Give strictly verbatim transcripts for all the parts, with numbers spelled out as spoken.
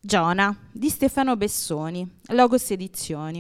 Giona di Stefano Bessoni, Logos Edizioni.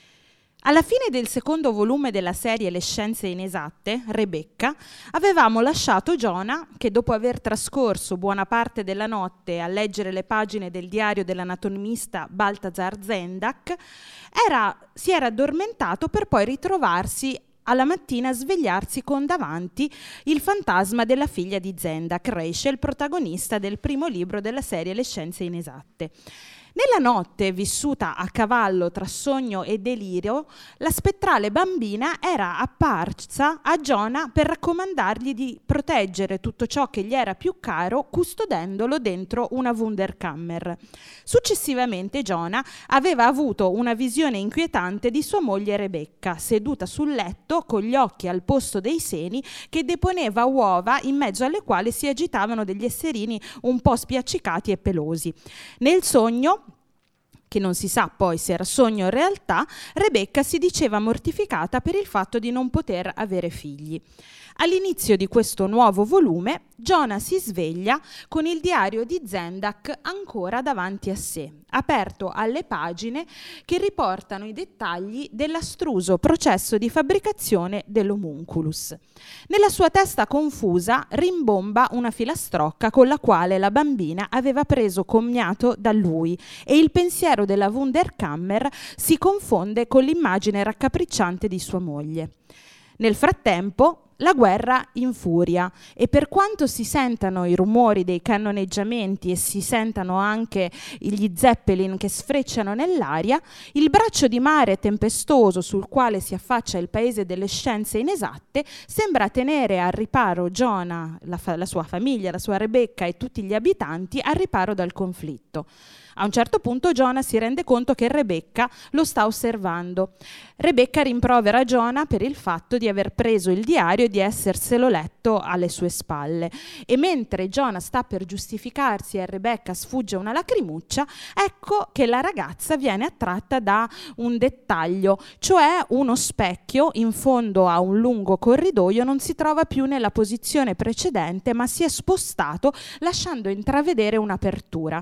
Alla fine del secondo volume della serie Le scienze inesatte, Rebecca, avevamo lasciato Giona che, dopo aver trascorso buona parte della notte a leggere le pagine del diario dell'anatomista Balthazar Zendak, era, si era addormentato per poi ritrovarsi alla mattina a svegliarsi con davanti il fantasma della figlia di Zendak, Rachel, protagonista del primo libro della serie Le scienze inesatte. Nella notte, vissuta a cavallo tra sogno e delirio, la spettrale bambina era apparsa a Giona per raccomandargli di proteggere tutto ciò che gli era più caro, custodendolo dentro una Wunderkammer. Successivamente Giona aveva avuto una visione inquietante di sua moglie Rebecca, seduta sul letto con gli occhi al posto dei seni, che deponeva uova in mezzo alle quali si agitavano degli esserini un po' spiaccicati e pelosi. Nel sogno, che non si sa poi se era sogno o realtà, Rebecca si diceva mortificata per il fatto di non poter avere figli. All'inizio di questo nuovo volume, Giona si sveglia con il diario di Zendak ancora davanti a sé, aperto alle pagine che riportano i dettagli dell'astruso processo di fabbricazione dell'homunculus. Nella sua testa confusa rimbomba una filastrocca con la quale la bambina aveva preso commiato da lui, e il pensiero della Wunderkammer si confonde con l'immagine raccapricciante di sua moglie. Nel frattempo la guerra infuria, e per quanto si sentano i rumori dei cannoneggiamenti e si sentano anche gli zeppelin che sfrecciano nell'aria, il braccio di mare tempestoso sul quale si affaccia il paese delle scienze inesatte sembra tenere al riparo Giona, la, fa- la sua famiglia, la sua Rebecca e tutti gli abitanti al riparo dal conflitto. A un certo punto Giona si rende conto che Rebecca lo sta osservando. Rebecca rimprovera Giona per il fatto di aver preso il diario e di esserselo letto alle sue spalle. E mentre Giona sta per giustificarsi e a Rebecca sfugge una lacrimuccia, ecco che la ragazza viene attratta da un dettaglio, cioè uno specchio in fondo a un lungo corridoio non si trova più nella posizione precedente, ma si è spostato lasciando intravedere un'apertura.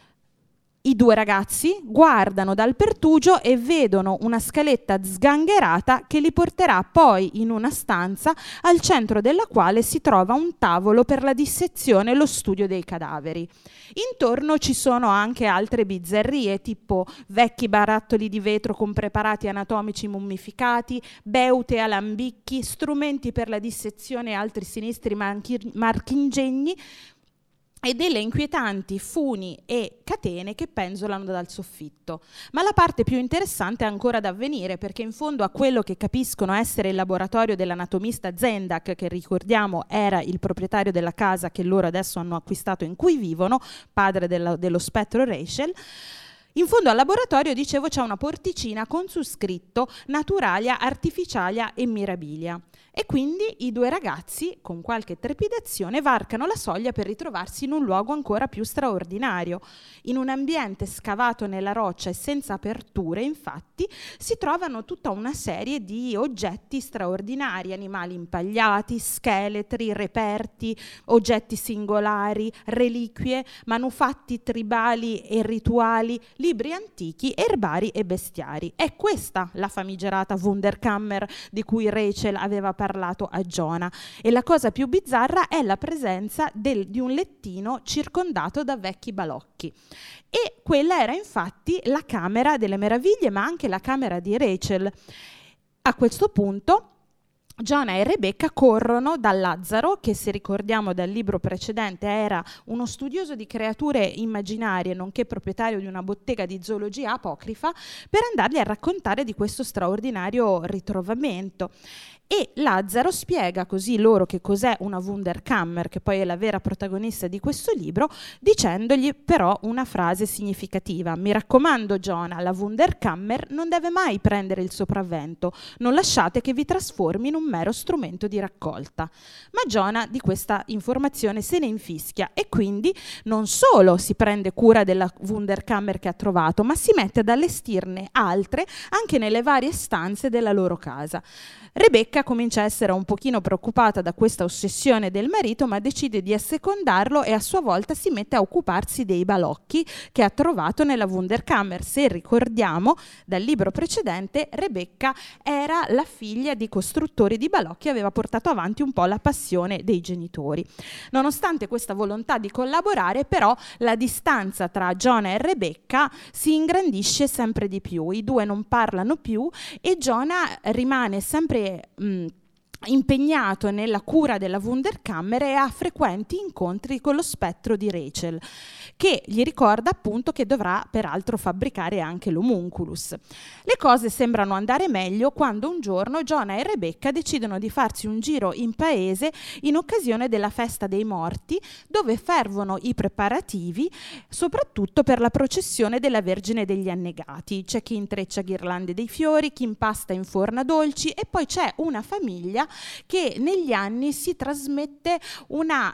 I due ragazzi guardano dal pertugio e vedono una scaletta sgangherata che li porterà poi in una stanza al centro della quale si trova un tavolo per la dissezione e lo studio dei cadaveri. Intorno ci sono anche altre bizzarrie, tipo vecchi barattoli di vetro con preparati anatomici mummificati, beute e alambicchi, strumenti per la dissezione e altri sinistri manchi- marchingegni, e delle inquietanti funi e catene che penzolano dal soffitto. Ma la parte più interessante è ancora da avvenire, perché in fondo a quello che capiscono essere il laboratorio dell'anatomista Zendak, che ricordiamo era il proprietario della casa che loro adesso hanno acquistato in cui vivono, padre della, dello spettro Rachel, in fondo al laboratorio, dicevo, c'è una porticina con su scritto Naturalia, Artificialia e Mirabilia. E quindi i due ragazzi, con qualche trepidazione, varcano la soglia per ritrovarsi in un luogo ancora più straordinario. In un ambiente scavato nella roccia e senza aperture, infatti, si trovano tutta una serie di oggetti straordinari, animali impagliati, scheletri, reperti, oggetti singolari, reliquie, manufatti tribali e rituali, libri antichi, erbari e bestiari. È questa la famigerata Wunderkammer di cui Rachel aveva parlato parlato a Giona, e la cosa più bizzarra è la presenza del, di un lettino circondato da vecchi balocchi. E quella era infatti la Camera delle Meraviglie, ma anche la camera di Rachel. A questo punto Giona e Rebecca corrono da Lazzaro, che, se ricordiamo dal libro precedente, era uno studioso di creature immaginarie nonché proprietario di una bottega di zoologia apocrifa, per andargli a raccontare di questo straordinario ritrovamento. E Lazzaro spiega così loro che cos'è una Wunderkammer, che poi è la vera protagonista di questo libro, dicendogli però una frase significativa: mi raccomando Giona, la Wunderkammer non deve mai prendere il sopravvento, non lasciate che vi trasformi in un mero strumento di raccolta. Ma Giona di questa informazione se ne infischia e quindi non solo si prende cura della Wunderkammer che ha trovato, ma si mette ad allestirne altre anche nelle varie stanze della loro casa. Rebecca Rebecca comincia a essere un pochino preoccupata da questa ossessione del marito, ma decide di assecondarlo e a sua volta si mette a occuparsi dei balocchi che ha trovato nella Wunderkammer. Se ricordiamo dal libro precedente, Rebecca era la figlia di costruttori di balocchi e aveva portato avanti un po' la passione dei genitori. Nonostante questa volontà di collaborare, però, la distanza tra Jonah e Rebecca si ingrandisce sempre di più. I due non parlano più e Jonah rimane sempre mh, impegnato nella cura della Wunderkammer e ha frequenti incontri con lo spettro di Rachel, che gli ricorda appunto che dovrà peraltro fabbricare anche l'homunculus. Le cose sembrano andare meglio quando un giorno Jonah e Rebecca decidono di farsi un giro in paese in occasione della festa dei morti, dove fervono i preparativi soprattutto per la processione della Vergine degli Annegati. C'è chi intreccia ghirlande dei fiori, chi impasta in forna dolci e poi c'è una famiglia che negli anni si trasmette una,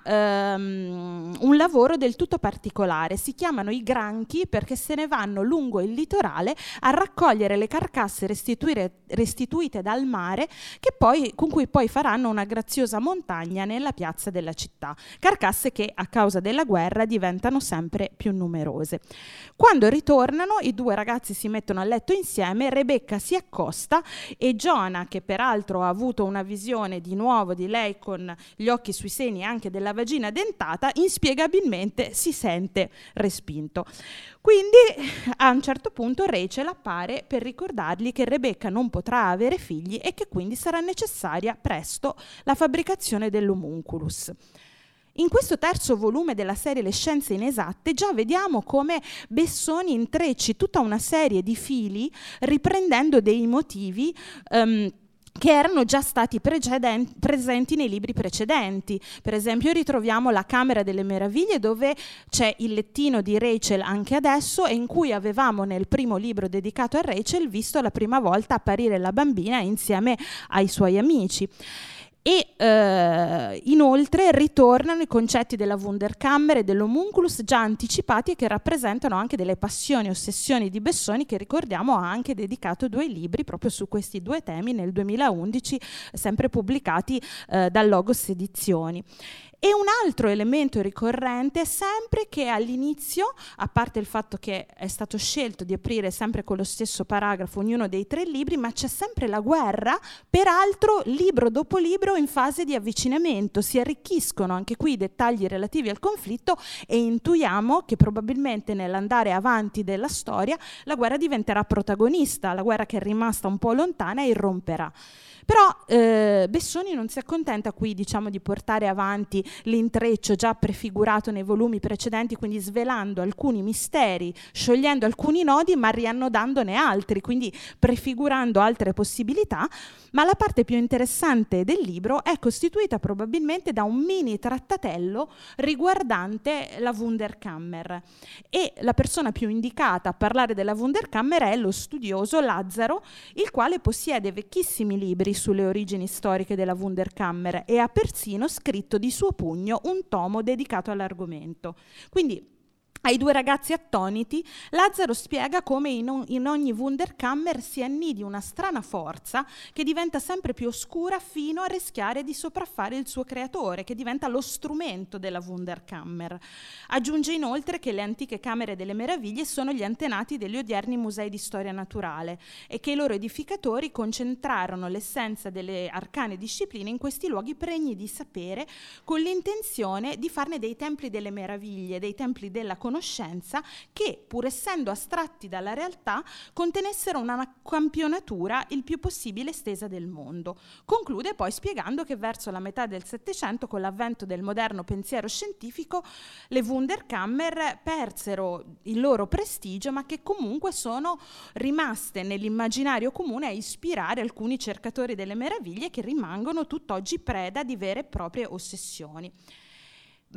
um, un lavoro del tutto particolare. Si chiamano i granchi perché se ne vanno lungo il litorale a raccogliere le carcasse restituite dal mare che poi, con cui poi faranno una graziosa montagna nella piazza della città. Carcasse che a causa della guerra diventano sempre più numerose. Quando ritornano, i due ragazzi si mettono a letto insieme, Rebecca si accosta e Jonah, che peraltro ha avuto una visione di nuovo di lei con gli occhi sui seni e anche della vagina dentata, inspiegabilmente si sente respinto. Quindi a un certo punto Rachel appare per ricordargli che Rebecca non potrà avere figli e che quindi sarà necessaria presto la fabbricazione dell'homunculus. In questo terzo volume della serie Le scienze inesatte già vediamo come Bessoni intrecci tutta una serie di fili riprendendo dei motivi um, che erano già stati preceden- presenti nei libri precedenti. Per esempio ritroviamo la Camera delle Meraviglie, dove c'è il lettino di Rachel anche adesso e in cui avevamo nel primo libro dedicato a Rachel visto la prima volta apparire la bambina insieme ai suoi amici. E eh, inoltre ritornano i concetti della Wunderkammer e dell'homunculus già anticipati e che rappresentano anche delle passioni e ossessioni di Bessoni, che ricordiamo ha anche dedicato due libri proprio su questi due temi nel duemilaundici, sempre pubblicati eh, da Logos Edizioni. E un altro elemento ricorrente è sempre che all'inizio, a parte il fatto che è stato scelto di aprire sempre con lo stesso paragrafo ognuno dei tre libri, ma c'è sempre la guerra, peraltro libro dopo libro in fase di avvicinamento. Si arricchiscono anche qui i dettagli relativi al conflitto e intuiamo che probabilmente nell'andare avanti della storia la guerra diventerà protagonista, la guerra che è rimasta un po' lontana irromperà. Però eh, Bessoni non si accontenta qui, diciamo, di portare avanti l'intreccio già prefigurato nei volumi precedenti, quindi svelando alcuni misteri, sciogliendo alcuni nodi, ma riannodandone altri, quindi prefigurando altre possibilità. Ma la parte più interessante del libro è costituita probabilmente da un mini trattatello riguardante la Wunderkammer. E la persona più indicata a parlare della Wunderkammer è lo studioso Lazzaro, il quale possiede vecchissimi libri sulle origini storiche della Wunderkammer e ha persino scritto di suo pugno un tomo dedicato all'argomento. Quindi ai due ragazzi attoniti, Lazzaro spiega come in, o- in ogni Wunderkammer si annidi una strana forza che diventa sempre più oscura fino a rischiare di sopraffare il suo creatore, che diventa lo strumento della Wunderkammer. Aggiunge inoltre che le antiche Camere delle Meraviglie sono gli antenati degli odierni musei di storia naturale e che i loro edificatori concentrarono l'essenza delle arcane discipline in questi luoghi pregni di sapere, con l'intenzione di farne dei templi delle meraviglie, dei templi della conoscenza, conoscenza che, pur essendo astratti dalla realtà, contenessero una campionatura il più possibile estesa del mondo. Conclude poi spiegando che verso la metà del Settecento, con l'avvento del moderno pensiero scientifico, le Wunderkammer persero il loro prestigio, ma che comunque sono rimaste nell'immaginario comune a ispirare alcuni cercatori delle meraviglie che rimangono tutt'oggi preda di vere e proprie ossessioni. Ma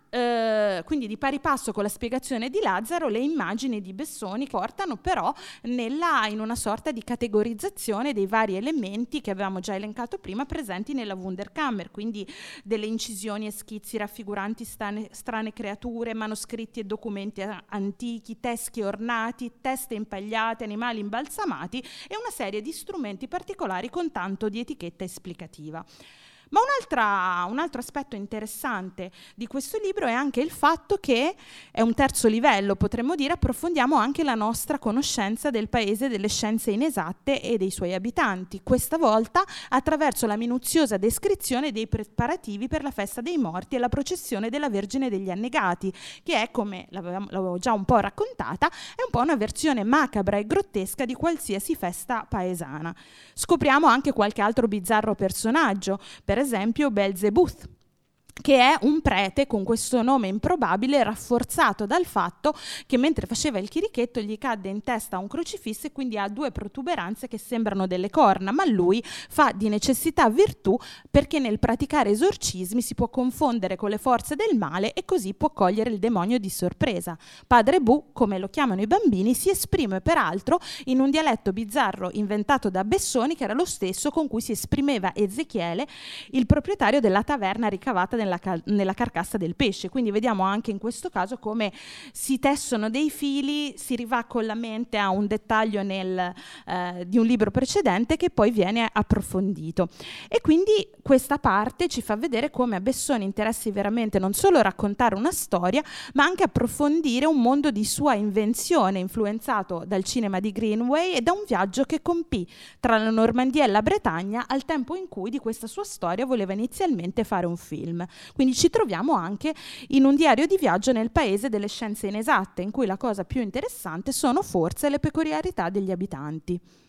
eh, quindi di pari passo con la spiegazione di Lazzaro, le immagini di Bessoni portano però nella, in una sorta di categorizzazione dei vari elementi che avevamo già elencato prima presenti nella Wunderkammer, quindi delle incisioni e schizzi raffiguranti strane, strane creature, manoscritti e documenti antichi, teschi ornati, teste impagliate, animali imbalsamati e una serie di strumenti particolari con tanto di etichetta esplicativa. Ma un'altra, un altro aspetto interessante di questo libro è anche il fatto che è un terzo livello, potremmo dire, approfondiamo anche la nostra conoscenza del paese delle scienze inesatte e dei suoi abitanti, questa volta attraverso la minuziosa descrizione dei preparativi per la festa dei morti e la processione della Vergine degli Annegati, che è, come l'avevo già un po' raccontata, è un po' una versione macabra e grottesca di qualsiasi festa paesana. Scopriamo anche qualche altro bizzarro personaggio, per Per esempio Belzebuth, che è un prete con questo nome improbabile rafforzato dal fatto che mentre faceva il chirichetto gli cadde in testa un crocifisso e quindi ha due protuberanze che sembrano delle corna, ma lui fa di necessità virtù perché nel praticare esorcismi si può confondere con le forze del male e così può cogliere il demonio di sorpresa. Padre Bu, come lo chiamano i bambini, si esprime peraltro in un dialetto bizzarro inventato da Bessoni, che era lo stesso con cui si esprimeva Ezechiele, il proprietario della taverna ricavata nella Nella, cal- nella carcassa del pesce. Quindi vediamo anche in questo caso come si tessono dei fili, si rivà con la mente a un dettaglio nel, eh, di un libro precedente che poi viene approfondito. E quindi questa parte ci fa vedere come a Bessoni interessi veramente non solo raccontare una storia, ma anche approfondire un mondo di sua invenzione, influenzato dal cinema di Greenaway e da un viaggio che compì tra la Normandia e la Bretagna al tempo in cui di questa sua storia voleva inizialmente fare un film. Quindi ci troviamo anche in un diario di viaggio nel paese delle scienze inesatte, in cui la cosa più interessante sono forse le peculiarità degli abitanti.